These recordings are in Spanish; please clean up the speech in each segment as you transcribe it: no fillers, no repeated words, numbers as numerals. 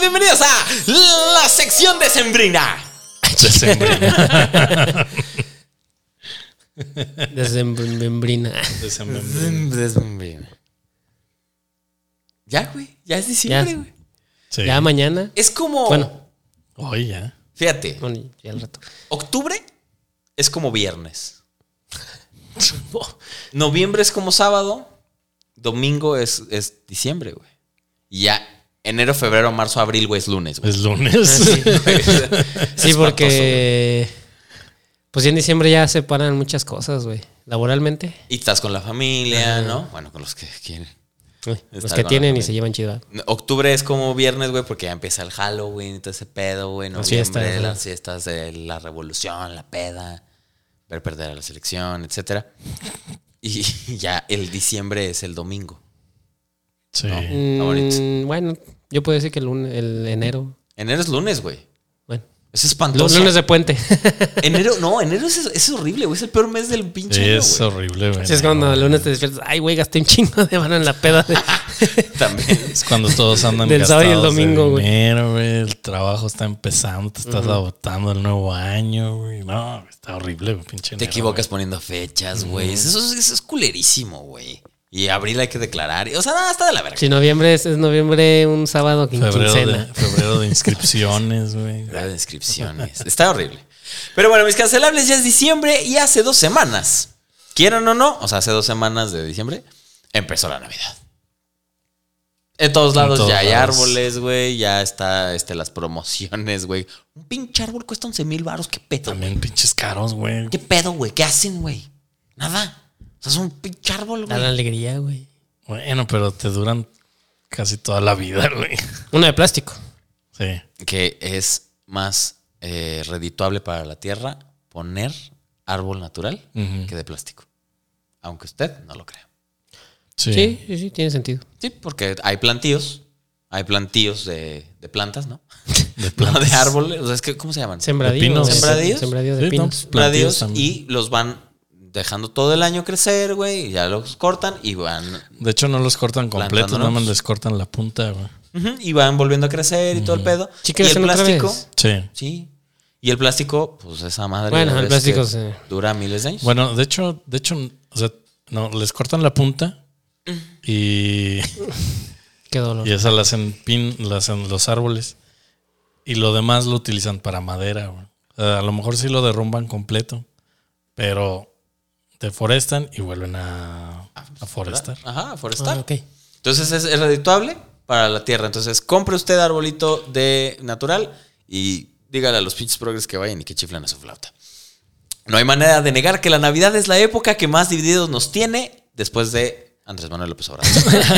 bienvenidos a la sección decembrina. Decembrina. Ya, güey. Ya es diciembre, güey. Sí. Ya mañana. Es como... Bueno. Hoy ya. Fíjate. Bueno, ya al rato. Octubre es como viernes. Noviembre es como sábado. Domingo es diciembre, güey. Y ya enero, febrero, marzo, abril, güey, es lunes, güey. Es lunes. Sí, porque... Pues ya en diciembre ya se paran muchas cosas, güey. Laboralmente. Y estás con la familia, ¿no? Bueno, con los que quieren. Los que tienen y se llevan chido. Octubre es como viernes, güey, porque ya empieza el Halloween y todo ese pedo, güey. Noviembre, las fiestas de la revolución, la peda, ver perder a la selección, etcétera. Y ya el diciembre es el domingo. Sí. ¿No? Bueno, yo puedo decir que el enero. Enero es lunes, güey. Bueno. Es espantoso. Lunes de puente. Enero es horrible, güey. Es el peor mes del pinche año, es horrible, güey. Sí, es cuando el lunes te despiertas. Ay, güey, gasté un chingo de vara en la peda. También. Es cuando todos andan del sábado y el domingo, güey. El trabajo está empezando, te estás agotando el nuevo año, güey. No, está horrible, güey, pinche enero, Te equivocas güey. poniendo fechas, güey. Eso es culerísimo, güey. Y abril hay que declarar. O sea, nada, está de la verga. Si noviembre es noviembre, un sábado, quincena. Febrero de inscripciones, güey. De inscripciones. Está horrible. Pero bueno, mis cancelables, ya es diciembre y hace 2 semanas, quieran o no, o sea, hace 2 semanas de diciembre, empezó la Navidad. En todos lados ya hay árboles, güey. Ya está las promociones, güey. Un pinche árbol cuesta 11,000 varos. ¿Qué pedo? También güey? pinches caros, güey. ¿Qué pedo, güey? ¿Qué hacen, güey? Nada. O sea, es un pinche árbol, güey. Da la alegría, güey. Bueno, pero te duran casi toda la vida, güey. Una de plástico. Sí. Que es más redituable para la tierra poner árbol natural que de plástico. Aunque usted no lo crea. Sí, tiene sentido. Sí, porque hay plantíos. Hay plantíos de plantas, ¿no? De plantas. No, de árboles. O sea, es que, ¿cómo se llaman? Sembradíos. ¿Sembradíos? Sembradíos de Sí, pinos. Sembradíos también. y los van dejando todo el año crecer, güey. Y ya los cortan y van... De hecho, no los cortan completos, nada más Plantándolos. les cortan la punta, güey. Y van volviendo a crecer y todo el pedo. Sí, y que el hacen otra plástico... vez. Sí. Sí. Y el plástico, pues esa madre... Bueno, ya el ves plástico que sí. dura miles de años. Bueno, de hecho, o sea, no, les cortan la punta y Qué dolor. esa la hacen los árboles y lo demás lo utilizan para madera, güey. O sea, a lo mejor sí lo derrumban completo, pero deforestan y vuelven a forestar. Ajá, a forestar. Ok. Entonces es redituable para la tierra. Entonces compre usted arbolito de natural y dígale a los pinches progres que vayan y que chiflen a su flauta. No hay manera de negar que la Navidad es la época que más divididos nos tiene después de Andrés Manuel López Obrador.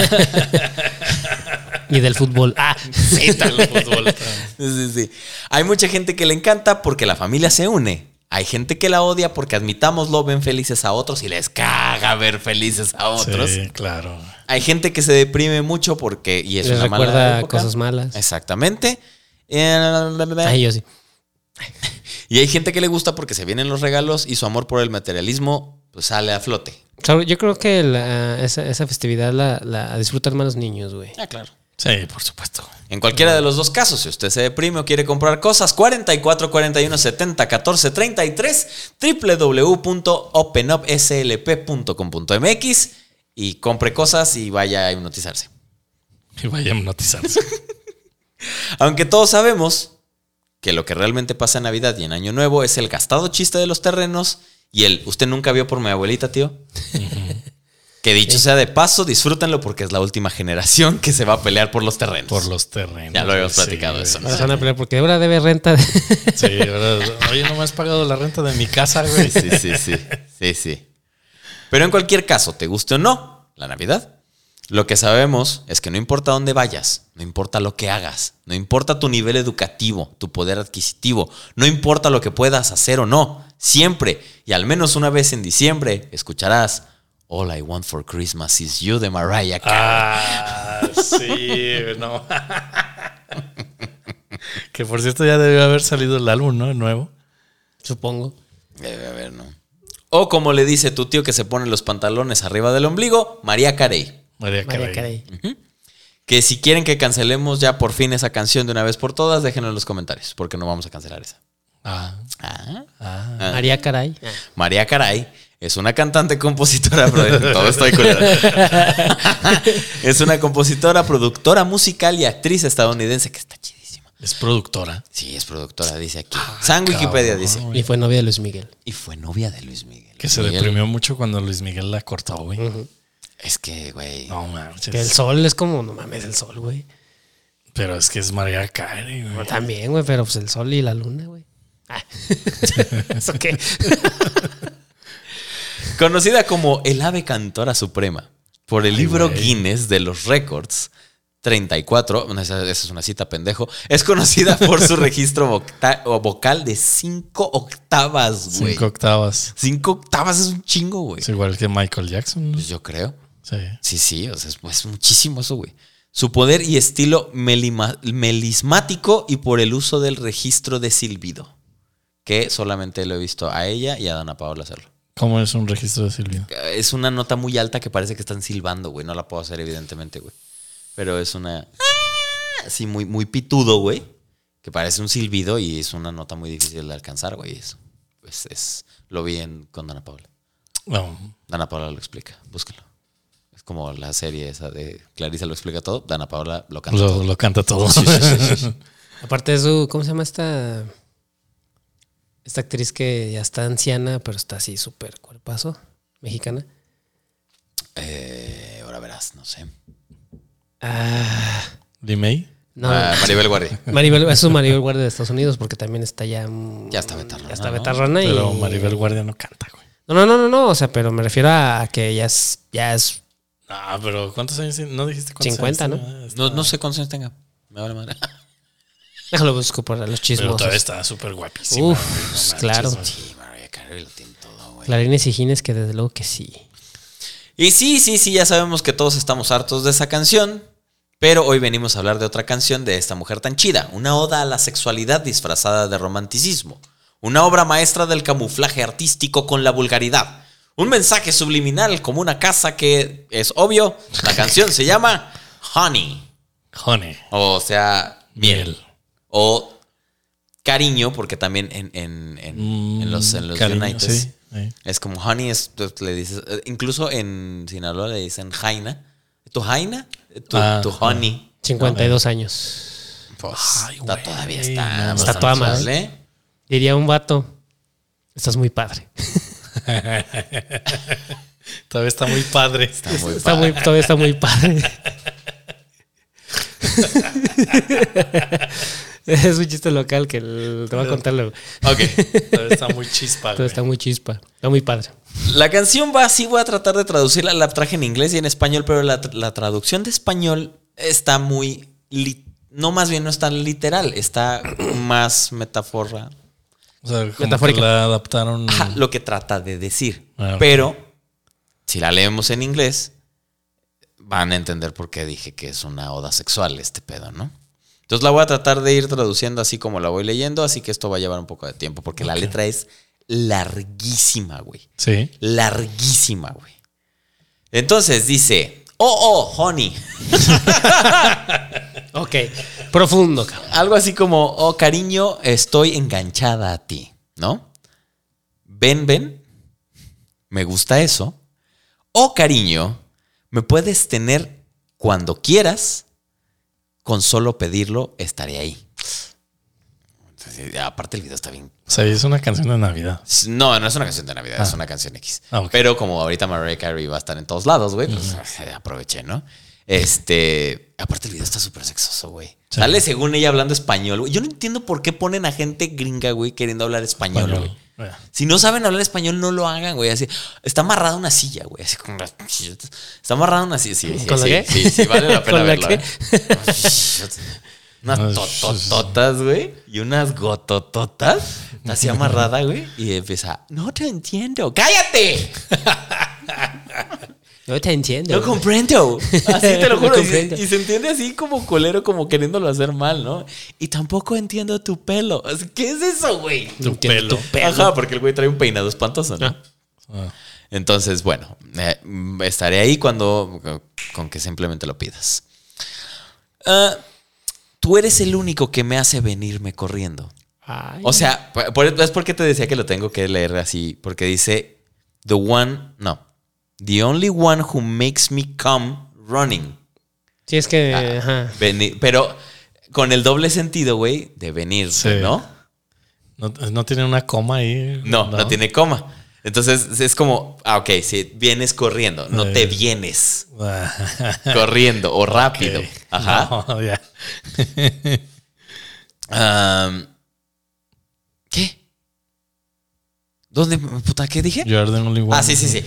Y del fútbol. Sí, está el fútbol. Sí. Hay mucha gente que le encanta porque la familia se une. Hay gente que la odia porque, admitámoslo, ven felices a otros y les caga ver felices a otros. Sí, claro. Hay gente que se deprime mucho porque... Y es Les una mala recuerda época. cosas malas. Exactamente. Ay, yo sí. Y hay gente que le gusta porque se vienen los regalos y su amor por el materialismo pues sale a flote. Yo creo que esa festividad la disfrutan más los niños, güey. Ah, claro. Sí, por supuesto. En cualquiera de los dos casos, si usted se deprime o quiere comprar cosas, 44 41 70 14 33 www.openupslp.com.mx y compre cosas y vaya a hipnotizarse. Y vaya a hipnotizarse. Aunque todos sabemos que lo que realmente pasa en Navidad y en Año Nuevo es el gastado chiste de los terrenos y el ¿usted nunca vio por mi abuelita, tío? Que dicho sea de paso, disfrútenlo porque es la última generación que se va a pelear por los terrenos. Por los terrenos. Ya lo habíamos Sí, platicado eso, ¿no? Ahora se van a pelear porque ahora debe renta. Sí, ahora, oye, no me has pagado la renta de mi casa, güey. Sí. Pero en cualquier caso, te guste o no la Navidad, lo que sabemos es que no importa dónde vayas, no importa lo que hagas, no importa tu nivel educativo, tu poder adquisitivo, no importa lo que puedas hacer o no, siempre y al menos una vez en diciembre escucharás All I Want for Christmas is You de Mariah Carey. Sí, no. Que por cierto ya debe haber salido el álbum, ¿no? El nuevo. Supongo. Debe haber, ¿no? O como le dice tu tío que se pone los pantalones arriba del ombligo, Mariah Carey. María Carey. Carey. Que si quieren que cancelemos ya por fin esa canción de una vez por todas, déjenlo en los comentarios, porque no vamos a cancelar esa. María Caray. María Caray es una cantante, compositora, todo estoy culero. Es una compositora, productora musical y actriz estadounidense que está chidísima. Es productora. Sí, es productora, dice aquí. San Wikipedia dice. Y fue novia de Luis Miguel. Y fue novia de Luis Miguel. Que se deprimió mucho cuando Luis Miguel la cortó, güey. Es que, güey. No mames. Que el sol es como, no mames, el sol, güey. Pero es que es María Carey, güey. También, güey, pero pues el sol y la luna, güey. ¿Eso qué? Conocida como el ave cantora suprema por el libro güey. Guinness de los Récords 34, esa es una cita, pendejo, es conocida por su registro vocal de 5 octavas, güey. 5 octavas. 5 octavas es un chingo, güey. Es igual que Michael Jackson. Pues yo creo. Sí. Sí, o sea, es muchísimo eso, güey. Su poder y estilo melismático y por el uso del registro de silbido, que solamente lo he visto a ella y a Dana Paola hacerlo. ¿Cómo es un registro de silbido? Es una nota muy alta que parece que están silbando, güey. No la puedo hacer, evidentemente, güey. Pero es una... así muy, muy pitudo, güey. Que parece un silbido y es una nota muy difícil de alcanzar, güey. Eso. Pues lo vi con Dana Paola. No. Dana Paola lo explica. Búsquelo. Es como la serie esa de Clarisa lo explica todo. Dana Paola lo canta todo. Lo canta todo. Sí. Aparte de su... ¿Cómo se llama esta actriz que ya está anciana, pero está así súper cuerpazo? Mexicana. Ahora verás, no sé. ¿Limey? No. Maribel Guardia. Es su Maribel Guardia de Estados Unidos porque también está ya... Ya está betarrona. Ya está betarrona. Pero y... Maribel Guardia no canta, güey. No. O sea, pero me refiero a que ya es... Ah, pero ¿cuántos años? ¿No dijiste cuántos 50, años? No sé cuántos años tenga. Me vale madre. Déjalo busco por los Pero chismosos. todavía está súper guapísima. Uf, güey, no manches, claro. güey. Sí, Mariah Carey lo tiene todo, güey. Clarines y Gines, que desde luego que sí. Y sí, ya sabemos que todos estamos hartos de esa canción. Pero hoy venimos a hablar de otra canción de esta mujer tan chida. Una oda a la sexualidad disfrazada de romanticismo. Una obra maestra del camuflaje artístico con la vulgaridad. Un mensaje subliminal como una casa que es obvio. La canción se llama Honey. Honey. O sea, miel. O cariño, porque también en los Cariño, United sí. es como honey, le dices, incluso en Sinaloa le dicen jaina. ¿Tu jaina? Tu honey. 52 años. Pues Ay, güey, todavía no, está. está toda madre. Diría un vato, estás muy padre. Todavía está muy padre. Todavía está muy padre. Es un chiste local que te voy a contar luego. Ok. Todavía está muy chispa, Todo güey. está muy chispa. Está muy padre. La canción va así, voy a tratar de traducirla. La traje en inglés y en español, pero la traducción de español está muy... no, más bien no es tan literal. Está más metáfora. O sea, como Metafórica. que la adaptaron. Ajá, lo que trata de decir. Ah, ok. Pero, si la leemos en inglés, van a entender por qué dije que es una oda sexual este pedo, ¿no? Entonces la voy a tratar de ir traduciendo así como la voy leyendo, así que esto va a llevar un poco de tiempo, porque la letra es larguísima, güey. Sí. Larguísima, güey. Entonces dice, honey. Ok. Profundo, cabrón. Algo así como, oh, cariño, estoy enganchada a ti, ¿no? Ven, me gusta eso. Oh, cariño, me puedes tener cuando quieras, con solo pedirlo estaré ahí. Entonces, aparte el video está bien. O sea, es una canción de Navidad. No es una canción de Navidad, es una canción X. Ok. Pero como ahorita Mariah Carey va a estar en todos lados, güey, pues aproveché, ¿no? Aparte el video está súper sexoso, güey. Sí. Sale según ella hablando español, güey. Yo no entiendo por qué ponen a gente gringa, güey, queriendo hablar español, güey. Si no saben hablar español, no lo hagan, güey. Así, está amarrada una silla, güey. Así como... Está amarrada una silla. Sí, ¿Con la qué? Sí, vale la pena ¿Con la verla. qué? Unas totototas, güey. Y unas gotototas. Así amarrada, güey. Y empieza, no te entiendo. ¡Cállate! No te entiendo. No comprendo. Así te lo juro. No comprendo. Y se entiende así como colero, como queriéndolo hacer mal, ¿no? Y tampoco entiendo tu pelo. ¿Qué es eso, güey? Tu pelo. Ajá, porque el güey trae un peinado espantoso, ¿no? Ah. Entonces, bueno, estaré ahí con que simplemente lo pidas. Tú eres el único que me hace venirme corriendo. Ay. O sea, es porque te decía que lo tengo que leer así. Porque dice, the only one who makes me come running. Sí, es que... ajá. Pero con el doble sentido, güey, de venir, Sí. ¿no? No tiene una coma ahí. No tiene coma. Entonces es como, ok, si vienes corriendo, no te vienes corriendo o rápido. Ok. Ajá. No, ya. ¿Qué? ¿Dónde? Puta, ¿qué dije? You are the only one. Sí.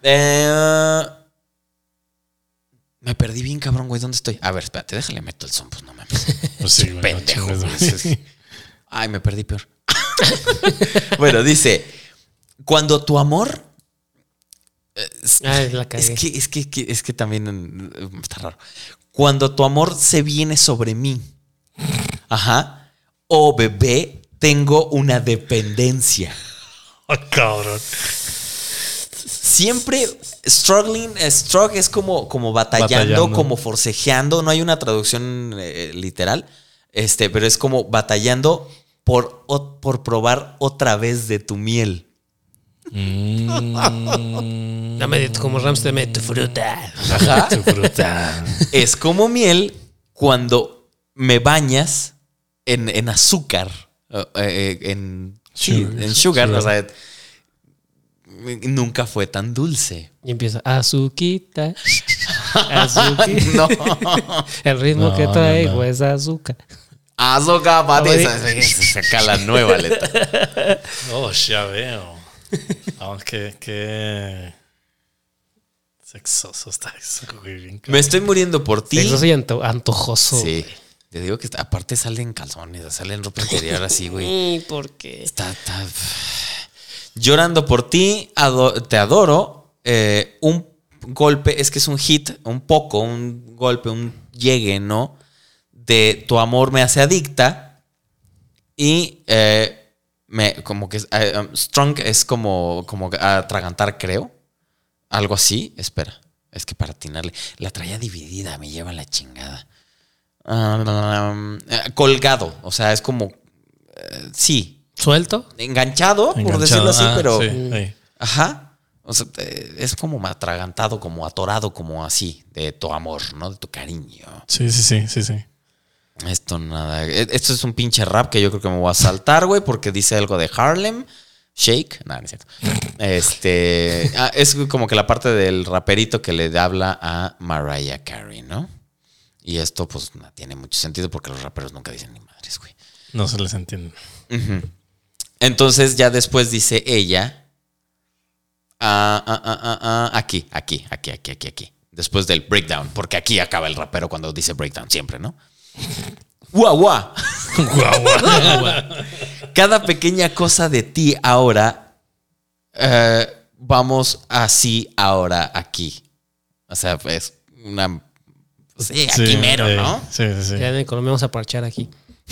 Me perdí bien, cabrón, güey. ¿Dónde estoy? A ver, espérate, déjale meto el son, pues no mames. Pues sí, güey. Pendejo, no güey. chingues. Ay, me perdí peor. Bueno, dice, cuando tu amor... La cagué. Es que también está raro. Cuando tu amor se viene sobre mí. Ajá. Oh, bebé, tengo una dependencia. Oh, cabrón. Siempre struggle es como batallando, como forcejeando. No hay una traducción literal. Pero es como batallando por probar otra vez de tu miel. Dame como Rams, dame tu fruta. Ajá. Tu fruta. Es como miel cuando me bañas en azúcar. En sugar. O sea, nunca fue tan dulce. Y empieza, azuquita. Azuquita. No. El ritmo No, que traigo no. es azúcar. Azúcar, A ver. se saca la nueva letra. Oh, ya veo. Qué sexoso está eso, güey. Bien Me estoy muriendo por ti. Sexoso y antojoso. Sí. Te digo que aparte salen calzones, salen ropa interior así, güey. ¿Por qué? Está llorando por ti, te adoro. Un golpe, es que es un hit, un golpe, un llegue, ¿no? De tu amor me hace adicta. Y como que strong es como atragantar, creo. Algo así. Espera, es que para atinarle. La traía dividida, me lleva la chingada. Colgado, o sea, es como sí. ¿Suelto? Enganchado, por decirlo así, pero Sí. ajá. O sea, es como atragantado, como atorado, como así, de tu amor, ¿no? De tu cariño. Sí. Esto nada. Esto es un pinche rap que yo creo que me voy a saltar, güey, porque dice algo de Harlem Shake. Nada, no es cierto. Es como que la parte del raperito que le habla a Mariah Carey, ¿no? Y esto, pues, no tiene mucho sentido porque los raperos nunca dicen ni madres, güey. No se les entiende. Uh-huh. Entonces, ya después dice ella. Aquí. Después del breakdown, porque aquí acaba el rapero cuando dice breakdown, siempre, ¿no? ¡Guau! Cada pequeña cosa de ti ahora. Vamos así ahora aquí. O sea, es una. Sí, aquí mero, ¿no? Sí. Ya en Colombia vamos a parchar aquí.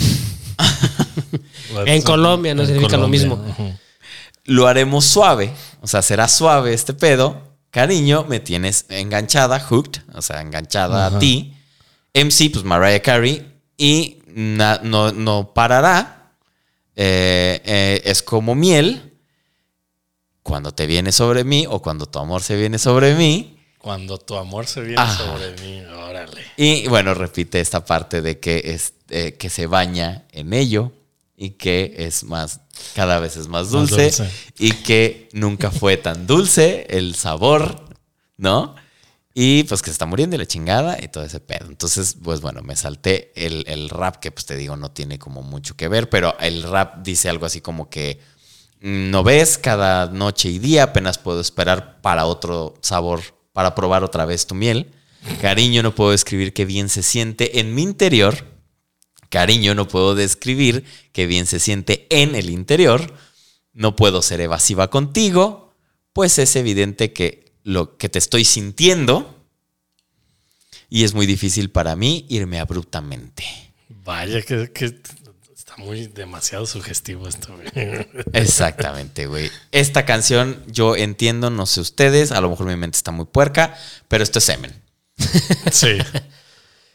En Colombia no significa lo mismo. Uh-huh. Lo haremos suave. O sea, será suave este pedo. Cariño, me tienes enganchada, hooked. O sea, enganchada a ti. MC, pues Mariah Carey. Y no parará. Es como miel. Cuando te viene sobre mí o cuando tu amor se viene sobre mí. Cuando tu amor se viene sobre mí, órale. Y bueno, repite esta parte de que se baña en ello y que es cada vez es más dulce, y que nunca fue tan dulce el sabor, ¿no? Y pues que se está muriendo y la chingada y todo ese pedo. Entonces, pues bueno, me salté el rap que pues te digo no tiene como mucho que ver, pero el rap dice algo así como que no ves, cada noche y día apenas puedo esperar para otro sabor, para probar otra vez tu miel. Cariño, no puedo describir qué bien se siente en mi interior. Cariño, no puedo describir qué bien se siente en el interior. No puedo ser evasiva contigo, pues es evidente que lo que te estoy sintiendo y es muy difícil para mí irme abruptamente. Vaya que está muy demasiado sugestivo esto, güey. Exactamente, güey. Esta canción yo entiendo, no sé ustedes, a lo mejor mi mente está muy puerca, pero esto es semen. Sí.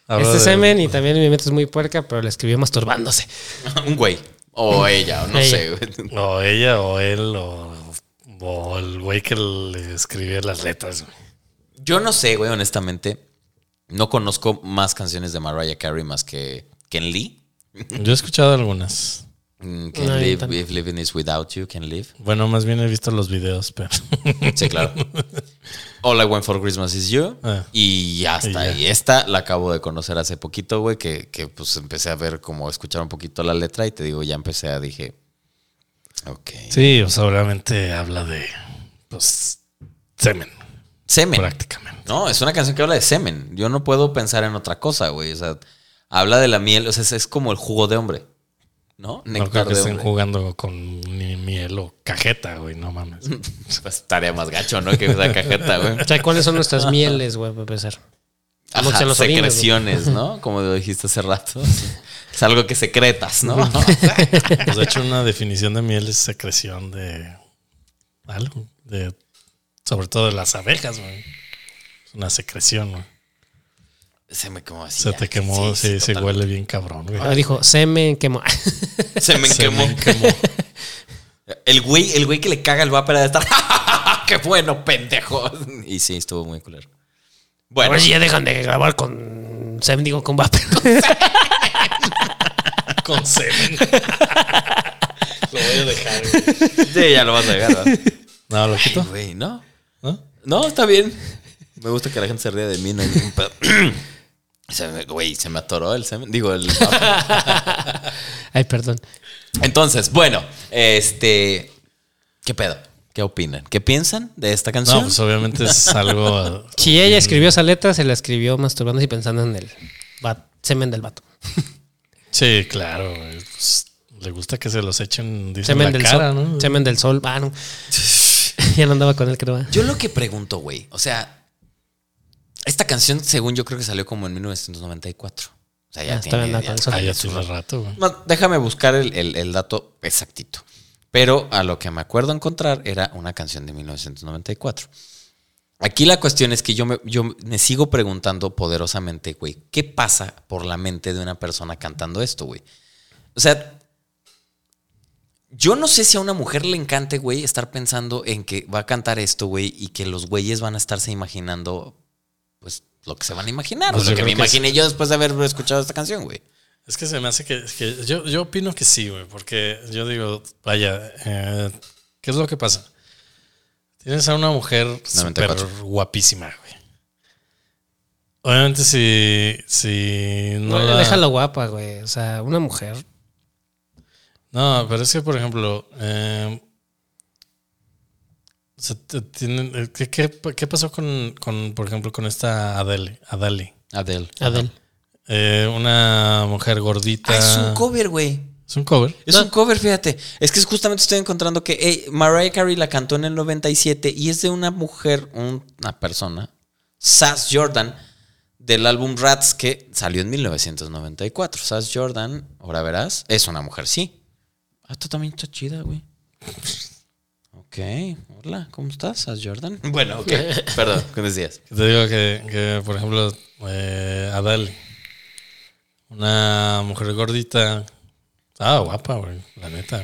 semen y también mi mente es muy puerca, pero le escribió masturbándose. Un güey. O ella, o no sé, güey. O ella, o él, o el güey que le escribía las letras, güey. Yo no sé, güey, honestamente. No conozco más canciones de Mariah Carey más que Ken Lee. Yo he escuchado algunas. Can No, live yo if living is without you, can live. Bueno, más bien he visto los videos, pero... Sí, claro. All I Want for Christmas is You. Y ya está. Y ya. Y esta la acabo de conocer hace poquito, güey, que pues empecé a ver como escuchar un poquito la letra y te digo, ya dije, ok. Sí, o sea, obviamente habla de, pues, semen, Semen. prácticamente. No, es una canción que habla de semen. Yo no puedo pensar en otra cosa, güey. O sea, habla de la miel, o sea, es como el jugo de hombre. ¿No? No creo que de estén hombre. jugando con ni miel o cajeta, güey, no mames. Pues estaría más gacho, ¿no? Que esa cajeta, güey. O sea, ¿cuáles son nuestras mieles, güey, para empezar? Como que Ajá, sean los orines, secreciones, ¿no? Como lo dijiste hace rato. Es algo que secretas, ¿no? Pues de hecho, una definición de miel es secreción de algo, sobre todo de las abejas, güey. Es una secreción, güey. Se me quemó así. Se ya. te quemó, sí, se totalmente. huele bien cabrón, güey. Ah, dijo, semen quemó. Se me quemó. El güey que le caga el vapor de estar. ¡Qué bueno, pendejo! Y sí, estuvo muy culero. A Bueno, ver si ya dejan de grabar con semen, digo, con vapor. Con semen. Lo voy a dejar, güey. sí, ya lo vas a dejar, ¿verdad? No, lo quito. Ay, güey, no. ¿No? No, está bien. Me gusta que la gente se ría de mí, no hay ningún pedo. Güey, se me atoró el semen. Digo, el vapor. Ay, perdón. Entonces, bueno, ¿qué pedo? ¿Qué opinan? ¿Qué piensan de esta canción? No, pues obviamente es algo. Si ella escribió esa letra, se la escribió masturbándose y pensando en el semen del vato. Sí, claro, güey. Pues, le gusta que se los echen, dicen, Semen la del cara, sol. ¿no? Semen del sol. Ah, no. Ya no andaba con él, creo. Yo lo que pregunto, güey, o sea, esta canción, según yo creo que salió como en 1994. O sea, ya Ah, está bien, tiene... con eso. Ah, ya tiene rato, güey. No, déjame buscar el dato exactito. Pero a lo que me acuerdo encontrar era una canción de 1994. Aquí la cuestión es que yo me sigo preguntando poderosamente, güey, ¿qué pasa por la mente de una persona cantando esto, güey? O sea, yo no sé si a una mujer le encante, güey, estar pensando en que va a cantar esto, güey, y que los güeyes van a estarse imaginando, pues, lo que se van a imaginar. Pues lo yo que me creo que imaginé yo después de haber escuchado esta canción, güey. Es que se me hace que yo opino que sí, güey, porque yo digo, vaya, ¿qué es lo que pasa? Tienes a una mujer 94. súper guapísima, güey. Obviamente si no la... Déjalo guapa, güey. O sea, una mujer. No, pero es que, por ejemplo, ¿qué pasó con, por ejemplo, con esta Adele? Adele. Adele. Una mujer gordita. Ah, es un cover, güey. ¿Es un cover? Es un cover, fíjate. Es que justamente estoy encontrando que Mariah Carey la cantó en el 97 y es de una mujer, una persona, Sass Jordan, del álbum Rats que salió en 1994. Sass Jordan, ahora verás, es una mujer, sí. Ah, tú también está chida, güey. Ok, hola, ¿cómo estás, Sass Jordan? Bueno, ok, perdón, ¿qué decías? Te digo que por ejemplo, Adele, una mujer gordita, guapa, güey, la neta,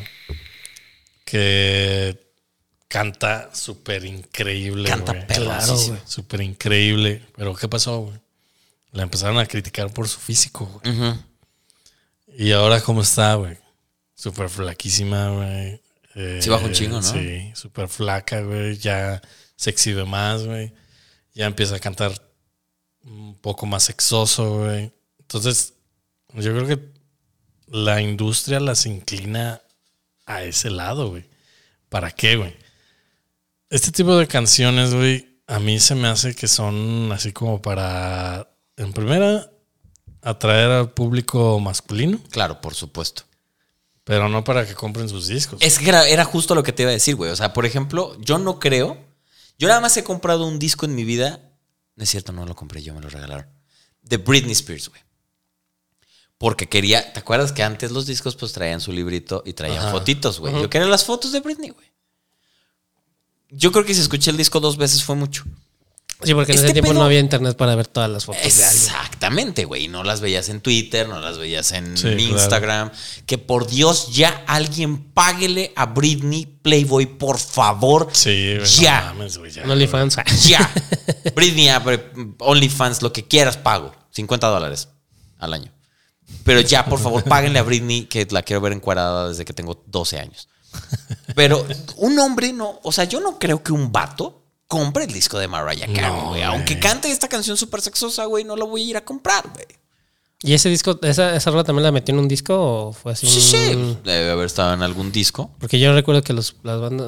que canta súper increíble, Canta güey. perrosísimo. Claro, güey. Súper increíble. Pero ¿qué pasó, güey? La empezaron a criticar por su físico, güey. Uh-huh. Y ahora, ¿cómo está, güey? Súper flaquísima, güey. Sí, baja un chingo, ¿no? Sí, súper flaca, güey. Ya se exhibe más, güey. Ya empieza a cantar un poco más sexoso, güey. Entonces, yo creo que la industria las inclina a ese lado, güey. ¿Para qué, güey? Este tipo de canciones, güey, a mí se me hace que son así como para, en primera, atraer al público masculino, Claro, por supuesto. pero no para que compren sus discos. Es que era justo lo que te iba a decir, güey. O sea, por ejemplo, yo no creo. Yo nada más he comprado un disco en mi vida. No es cierto, no lo compré yo, me lo regalaron. De Britney Spears, güey. Porque quería. ¿Te acuerdas que antes los discos pues traían su librito y traían fotitos, güey? Yo quería las fotos de Britney, güey. Yo creo que si escuché el disco 2 veces fue mucho. Sí, porque en ese tiempo no había internet para ver todas las fotos de alguien. Exactamente, güey. No las veías en Twitter, no las veías en Sí, Instagram. Claro. Que por Dios, ya alguien páguele a Britney Playboy, por favor. Sí, ya. No mames, güey, ya. OnlyFans. Ya. Britney, abre OnlyFans, lo que quieras, pago. $50 al año. Pero ya, por favor, páguenle a Britney, que la quiero ver encuadrada desde que tengo 12 años. Pero un hombre no, o sea, yo no creo que un vato compre el disco de Mariah Carey, güey. Aunque cante esta canción súper sexosa, güey, no lo voy a ir a comprar, güey. ¿Y ese disco, esa rola también la metió en un disco o fue así? Sí. Debe haber estado en algún disco. Porque yo recuerdo que las bandas,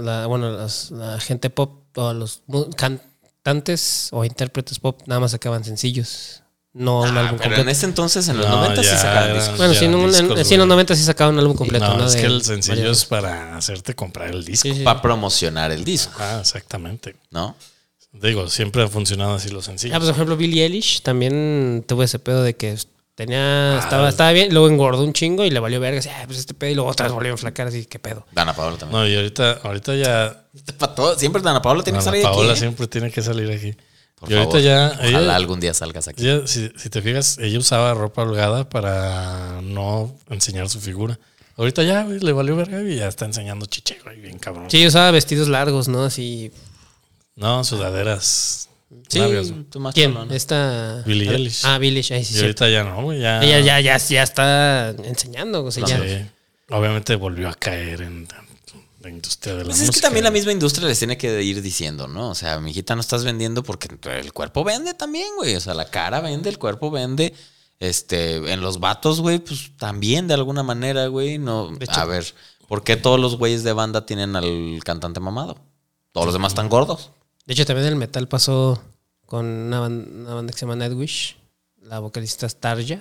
la gente pop o los cantantes o intérpretes pop nada más sacaban sencillos. No un álbum pero completo. en ese entonces, en los 90 sí sacaban discos. Bueno, sí, en los 90 sí sacaban un álbum completo. No, es que el sencillo es para hacerte comprar el disco. Sí. Para promocionar el disco. Ah, exactamente. ¿No? Digo, siempre ha funcionado así los sencillos. Pues, por ejemplo, Billie Eilish también tuvo ese pedo de que estaba bien, luego engordó un chingo y le valió verga. Así, pues este pedo, y luego otras volvieron a flacar, así, ¿qué pedo? Dana Paola también. No, y ahorita ya. Para todo, siempre Dana Paola tiene que salir aquí. Dana Paola siempre tiene que salir aquí. Por y ahorita favor, ya. ojalá ella, algún día salgas aquí. Ella, si te fijas, ella usaba ropa holgada para no enseñar su figura. Ahorita ya, güey, le valió verga y ya está enseñando chiche, güey, bien cabrón. Sí, usaba vestidos largos, ¿no? Así. No, sudaderas. Sí, largas. tú más ¿Quién? cholona. Esta. Billie Eilish. Billie Eilish, ahí sí. Y ahorita ya no, güey, ya. Ella ya está enseñando, o sea, No ya. sé. Obviamente volvió a caer en la industria de la Pues música. es que también la misma industria les tiene que ir diciendo, ¿no? O sea, mijita, no estás vendiendo porque el cuerpo vende también, güey. O sea, la cara vende, el cuerpo vende. En los vatos, güey, pues también de alguna manera, güey. No, a ver, ¿por qué todos los güeyes de banda tienen al cantante mamado? Todos los demás están gordos. De hecho, también el metal pasó con una banda que se llama Nightwish. La vocalista es Tarja.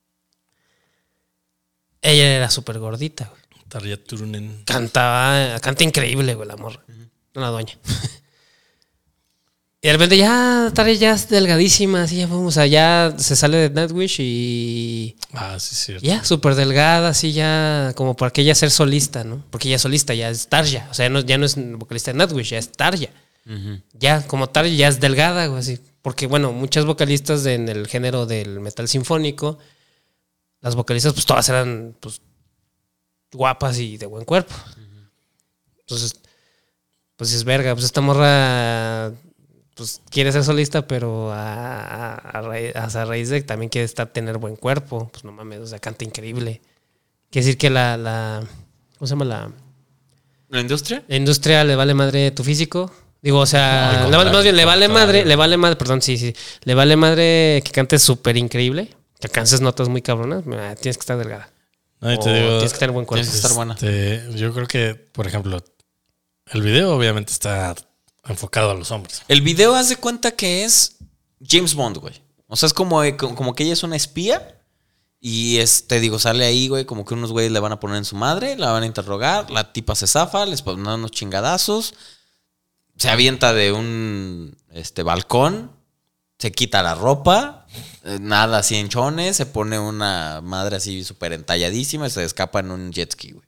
Ella era súper gordita, güey. Tarja Turunen. Canta increíble, güey, la morra. Una doña. Y de repente ya Tarja ya es delgadísima, así ya vamos, o sea, ya se sale de Nightwish y... Ah, sí, cierto. Ya, súper delgada, así ya, como para que ella ser solista, ¿no? Porque ella es solista, ya es Tarja. O sea, ya no es vocalista de Nightwish, ya es Tarja. Uh-huh. Ya, como Tarja ya es delgada, güey, así. Porque, bueno, muchas vocalistas en el género del metal sinfónico, las vocalistas, pues todas eran, pues, guapas y de buen cuerpo. Uh-huh. Entonces, pues es verga, pues esta morra, pues quiere ser solista, pero a raíz de que también quiere tener buen cuerpo, pues no mames, o sea, canta increíble. Quiere decir que ¿cómo se llama ¿La industria? La industria le vale madre tu físico. Digo, o sea, más bien le vale madre, perdón, sí, le vale madre que cantes súper increíble, que alcances notas muy cabronas, tienes que estar delgada. No, y te digo, tienes que tener buen cuerpo. Tienes que estar buena. Yo creo que, por ejemplo, el video obviamente está enfocado a los hombres. El video, haz de cuenta que es James Bond, güey. O sea, es como que ella es una espía y sale ahí, güey, como que unos güeyes le van a poner en su madre, la van a interrogar, la tipa se zafa, les ponen unos chingadazos, se avienta de un balcón, se quita la ropa, nada así en chones, se pone una madre así súper entalladísima y se escapa en un jet ski, güey.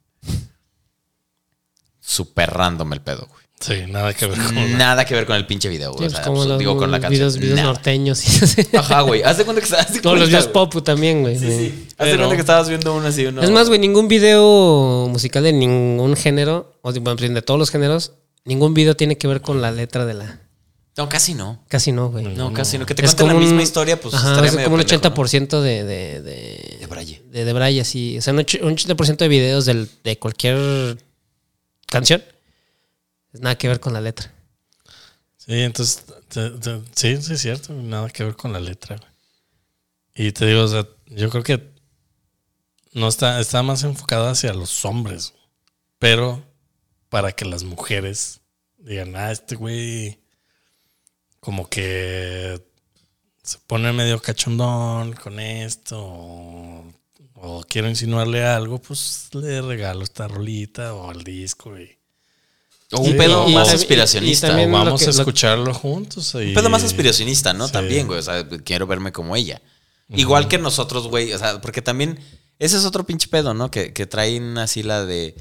Súper random el pedo, güey. Sí, nada que ver con el pinche video, güey. Sí, O sea, como digo, con la canción. Videos norteños. Y así. Ajá, güey. Haz de cuenta que todos los videos pop también, güey. Sí. Haz de cuenta que estabas viendo uno así, uno. Es más, güey, ningún video musical de ningún género, o de todos los géneros, ningún video tiene que ver con la letra de la... No, casi no. Casi no, güey. No, casi no. Que te cuenten la misma historia, pues ajá, estaría es medio como un pendejo, 80% ¿no? de Braille. De Braille, sí. O sea, un 80% de videos de cualquier canción es nada que ver con la letra. Sí, entonces, sí, es cierto, nada que ver con la letra. Y te digo, o sea, yo creo que no está más enfocada hacia los hombres, pero para que las mujeres digan, este güey como que se pone medio cachondón con esto o quiero insinuarle algo, pues le regalo esta rolita o el disco o un pedo más aspiracionista. O vamos a escucharlo juntos. Un pedo más aspiracionista, ¿no? Sí. También, güey. O sea, quiero verme como ella. Uh-huh. Igual que nosotros, güey. O sea, porque también ese es otro pinche pedo, ¿no? Que traen así la de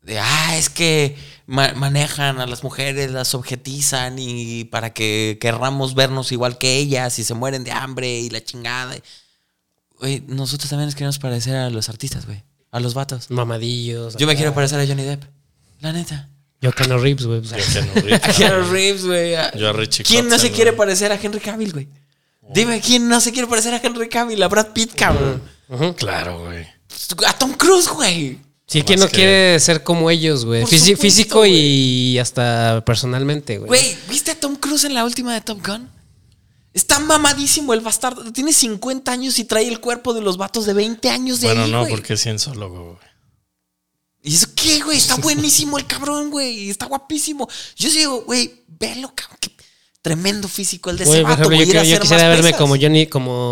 es que manejan a las mujeres, las objetizan y para que querramos vernos igual que ellas y se mueren de hambre y la chingada. Güey, nosotros también nos queremos parecer a los artistas, güey. A los vatos. Mamadillos. Yo me quiero parecer a Johnny Depp. La neta. Yo a Keanu Reeves, güey. A Keanu Reeves, güey. Yo a Richie ¿Quién no Kotzen, se quiere güey. parecer a Henry Cavill, güey? Dime, ¿quién no se quiere parecer a Henry Cavill? A Brad Pitt, cabrón. Claro, güey. A Tom Cruise, güey. Sí, ¿quién no quiere ser como ellos, güey? Por supuesto, Físico güey. y hasta personalmente, güey. Güey, ¿viste a Tom Cruise en la última de Top Gun? Está mamadísimo el bastardo. Tiene 50 años y trae el cuerpo de los vatos de 20 años de Bueno, ahí, no, güey. porque es cienciólogo, güey. ¿Y eso qué, güey? Está buenísimo el cabrón, güey. Está guapísimo. Yo digo, güey, velo, cabrón. Qué tremendo físico el de ese Güey, por vato, ejemplo, güey. yo quisiera verme como Johnny,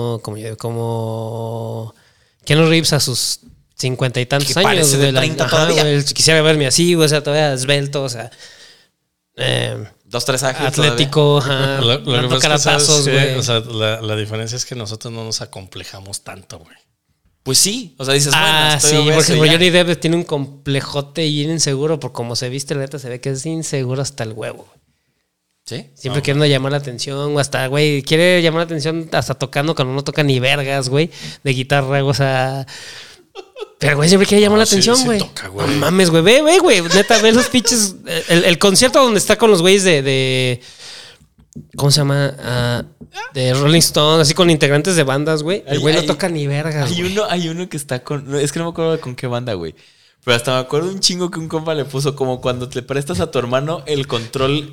como Keanu Reeves a sus 50 y tantos Que años. parece de 30 todavía. Güey, quisiera verme así, güey, o sea, todavía esbelto, o sea. 2, 3 años. Atlético, ajá. Lo que dando pasa es que, ¿sabes caratazos, qué? güey. O sea, la diferencia es que nosotros no nos acomplejamos tanto, güey. Pues sí. O sea, dices, bueno, estoy Sí, obeso porque y ya. Johnny Depp tiene un complejote y bien inseguro, por cómo se viste, la neta se ve que es inseguro hasta el huevo, güey. ¿Sí? Siempre queriendo llamar la atención, o hasta, güey, quiere llamar la atención hasta tocando cuando no toca ni vergas, güey, de guitarra, o sea. Pero, güey, siempre quiere llamar la Sí, atención, sí güey. toca, güey. No mames, güey, ve, güey, neta, ve los pinches. El concierto donde está con los güeyes de ¿cómo se llama? De Rolling Stone, así con integrantes de bandas, güey. El güey no toca ni vergas, güey. Hay uno que está con... Es que no me acuerdo con qué banda, güey. Pero hasta me acuerdo un chingo que un compa le puso como cuando te prestas a tu hermano el control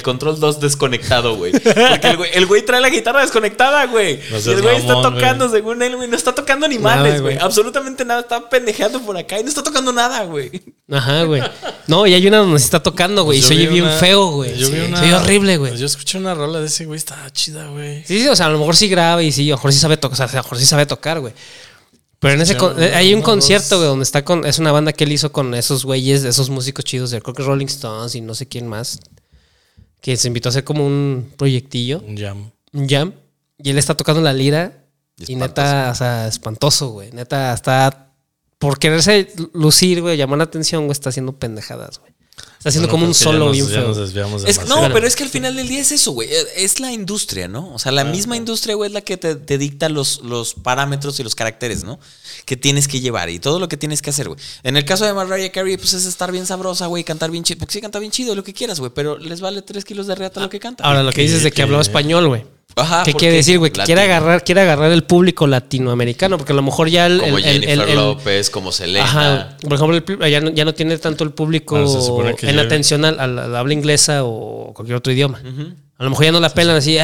2 desconectado, güey. Porque el güey trae la guitarra desconectada, güey. No Y seas el güey está mamón, tocando, güey. según él, güey. No está tocando ni Nada, madres, güey. güey. Absolutamente nada. Está pendejeando por acá y no está tocando nada, güey. Ajá, güey. No, y hay una donde se está tocando, güey. Y Yo se oye vi bien una- feo, güey. yo vi Sí, una- se oye horrible, güey. Yo escuché una rola de ese güey, estaba chida, güey. Sí, o sea, a lo mejor sí graba y sí, a lo mejor sí sabe tocar, o sea, a lo mejor sí sabe tocar, güey. Pero en ese hay un concierto, güey, donde está con, es una banda que él hizo con esos güeyes, esos músicos chidos de creo que Rolling Stones y no sé quién más, que se invitó a hacer como un proyectillo, Un jam. un jam, y él está tocando la lira y Espantoso. neta, o sea, espantoso, güey, neta, está por quererse lucir, güey, llamar la atención, güey, está haciendo pendejadas, güey. Está haciendo Bueno, como un creo que solo bien ya feo. nos desviamos No, demasiado. pero es que al final del día es eso, güey. Es la industria, ¿no? O sea, la misma industria, güey, es la que te dicta los parámetros y los caracteres, ¿no? Que tienes que llevar y todo lo que tienes que hacer, güey. En el caso de Mariah Carey, pues es estar bien sabrosa, güey, cantar bien chido. Porque sí canta bien chido, lo que quieras, güey. Pero les vale 3 kilos de reata lo que canta. Ahora, lo que dices de que habló español, güey. Ajá, ¿Qué porque quiere decir, güey? Que quiere latino. agarrar el público latinoamericano, porque a lo mejor ya Como Jennifer López, como Selena. Ajá, por ejemplo, ya no tiene tanto el público Bueno, se supone que en ya- atención al habla inglesa o cualquier otro idioma. A lo mejor ya no la pelan así.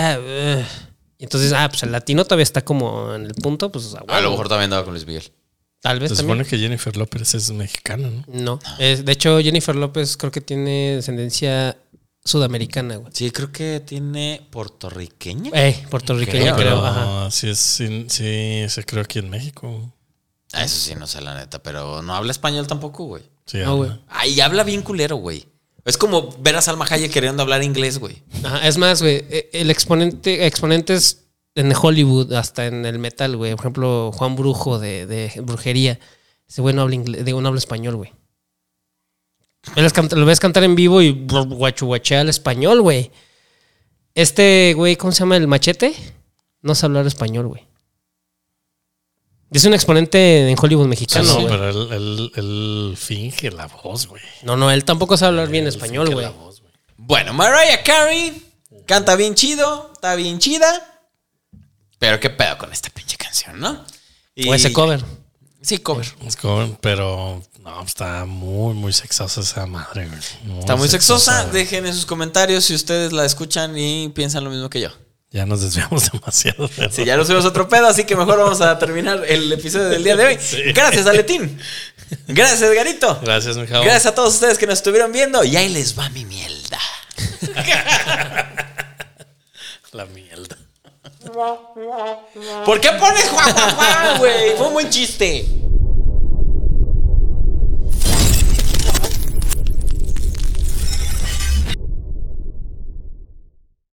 Y entonces, pues el latino todavía está como en el punto, pues A lo bueno, mejor también andaba con Luis Miguel. tal vez Se también. supone que Jennifer López es mexicana, ¿no? No. De hecho, Jennifer López creo que tiene descendencia sudamericana, güey. Sí, creo que tiene puertorriqueña. Puertorriqueña, Creo, creo. Ajá. sí, se creó aquí en México. Eso sí, no sé la neta, pero no habla español tampoco, güey. Sí, No, güey. Ay, habla bien culero, güey. Es como ver a Salma Hayek queriendo hablar inglés, güey. Ajá, es más, güey, el exponentes en Hollywood, hasta en el metal, güey. Por ejemplo, Juan Brujo de brujería. Ese güey no habla inglés, no habla español, güey. Lo ves cantar en vivo y guachuguachea al español, güey. Este güey, ¿cómo se llama? El Machete. No sabe hablar español, güey. Es un exponente en Hollywood mexicano, no, güey. pero él finge la voz, güey. No, él tampoco sabe hablar bien Él español, finge güey. la voz, güey. Bueno, Mariah Carey canta bien chido, está bien chida. Pero qué pedo con esta pinche canción, ¿no? O ese cover. Sí, cover. Es como, pero no, está muy, muy sexosa esa madre, güey. Está muy sexosa. güey. Dejen en sus comentarios si ustedes la escuchan y piensan lo mismo que yo. Ya nos desviamos demasiado. pero- Si ya nos fuimos otro pedo, así que mejor vamos a terminar el episodio del día de hoy. Sí. Gracias, Aletín. Gracias, Edgarito. Gracias, mijao. Gracias a todos ustedes que nos estuvieron viendo. Y ahí les va mi mierda. La mierda. ¿Por qué pones guau, guau, guau, güey? Fue un buen chiste.